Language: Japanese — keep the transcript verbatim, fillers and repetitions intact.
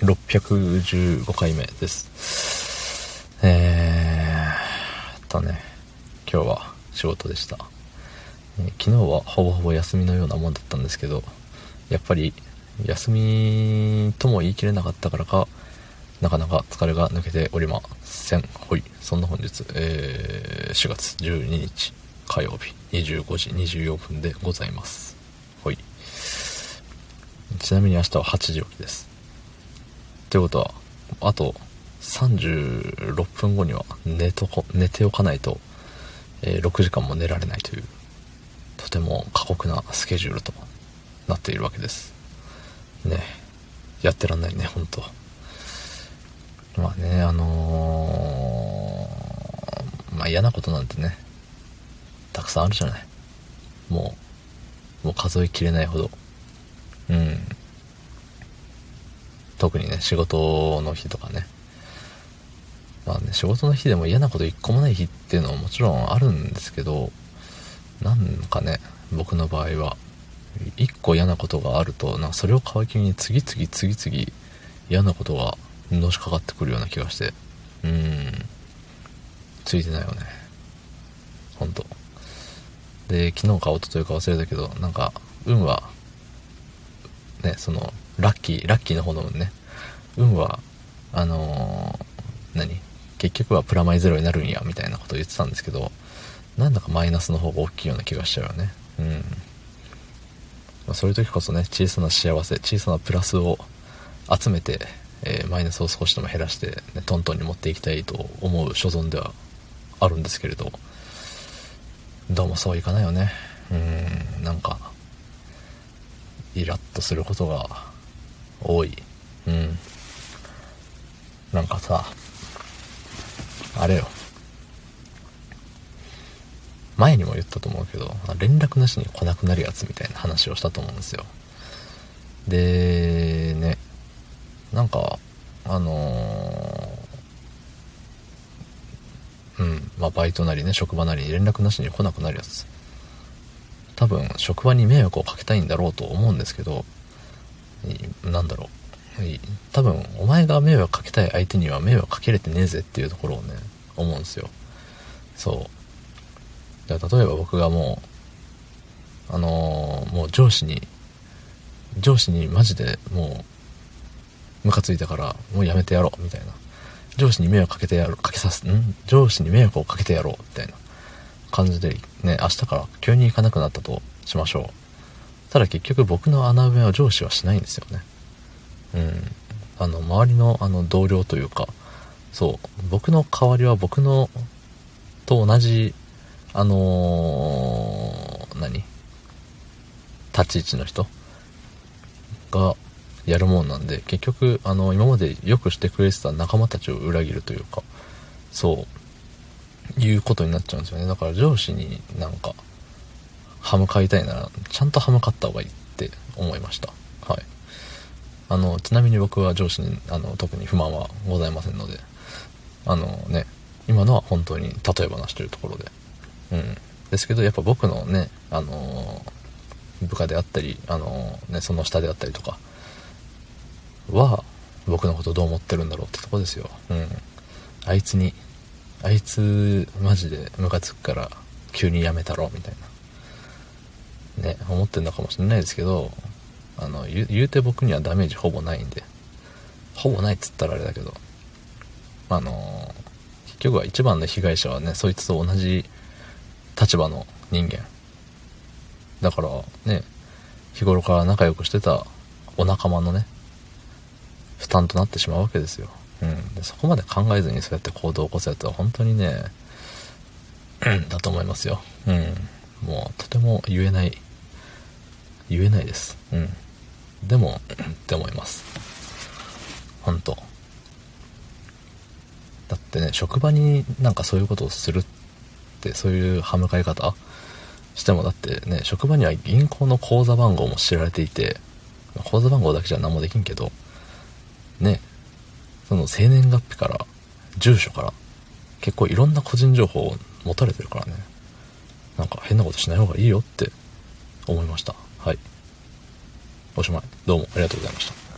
ろっぴゃくじゅうごかいめです。えーっとね今日は仕事でした。えー、昨日はほぼほぼ休みのようなもんだったんですけど、やっぱり休みとも言い切れなかったからかなかなか疲れが抜けておりません。ほい、そんな本日、えー、しがつじゅうににち火曜日にじゅうごじにじゅうよんぷんでございます。ほい。ちなみに明日ははちじ起きです。ということはあとさんじゅうろっぷんごには寝とこ寝ておかないと、えー、ろくじかんも寝られないというとても過酷なスケジュールとなっているわけですね。やってらんないね、ほんと。まあね、あのー、まあ嫌なことなんてねたくさんあるじゃない。もうもう数えきれないほど。うん特にね仕事の日とかね、まあね仕事の日でも嫌なこと一個もない日っていうのはもちろんあるんですけど、なんかね僕の場合は一個嫌なことがあるとなんかそれを皮切りに次々次々嫌なことがのしかかってくるような気がして、うーんついてないよねほんと。で昨日か一昨日か忘れたけど、なんか運はねそのラッキーラッキーの方の運ね、運はあのー、何結局はプラマイゼロになるんやみたいなことを言ってたんですけど、なんだかマイナスの方が大きいような気がしちゃうよね。うん、まあ、そういう時こそね小さな幸せ小さなプラスを集めて、えー、マイナスを少しでも減らして、ね、トントンに持っていきたいと思う所存ではあるんですけれど、どうもそういかないよね。うんなんかイラッとすることが多い。うんなんかさあれよ、前にも言ったと思うけど連絡なしに来なくなるやつみたいな話をしたと思うんですよ。でねなんかあのー、うんまあバイトなりね職場なりに連絡なしに来なくなるやつ、多分職場に迷惑をかけたいんだろうと思うんですけど、なんだろう多分お前が迷惑かけたい相手には迷惑かけれてねえぜっていうところをね思うんですよ。そうだから例えば僕がもうあのー、もう上司に上司にマジでもうムカついたからもうやめてやろうみたいな、上司に迷惑かけてやろうかけさすん上司に迷惑をかけてやろうみたいな感じでね明日から急に行かなくなったとしましょう。ただ結局僕の穴埋めは上司はしないんですよね。うんあの周りのあの同僚というか、そう僕の代わりは僕のと同じあのー、何立ち位置の人がやるもんなんで、結局あの今までよくしてくれてた仲間たちを裏切るというか、そういうことになっちゃうんですよね。だから上司になんか歯向かいたいならちゃんと歯向かった方がいいって思いました。はい。あのちなみに僕は上司にあの特に不満はございませんので、あのね今のは本当に例え話というところで、うんですけどやっぱ僕のねあの部下であったりあのねその下であったりとかは僕のことどう思ってるんだろうってとこですよ。うんあいつにあいつマジでムカつくから急にやめたろみたいなね思ってるのかもしれないですけど、あの 言, 言うて僕にはダメージほぼないんで、ほぼないっつったらあれだけど、あの結局は一番の被害者はねそいつと同じ立場の人間だからね、日頃から仲良くしてたお仲間のね負担となってしまうわけですよ。うん、でそこまで考えずにそうやって行動を起こすやつは本当にねだと思いますよ。うんもうとても言えない言えないです。うんでもって思います本当。だってね職場になんかそういうことをするってそういう歯向かい方してもだってね職場には銀行の口座番号も知られていて、口座番号だけじゃ何もできんけどねその生年月日から住所から結構いろんな個人情報を持たれてるからね、なんか変なことしない方がいいよって思いました。はいおしまい。どうもありがとうございました。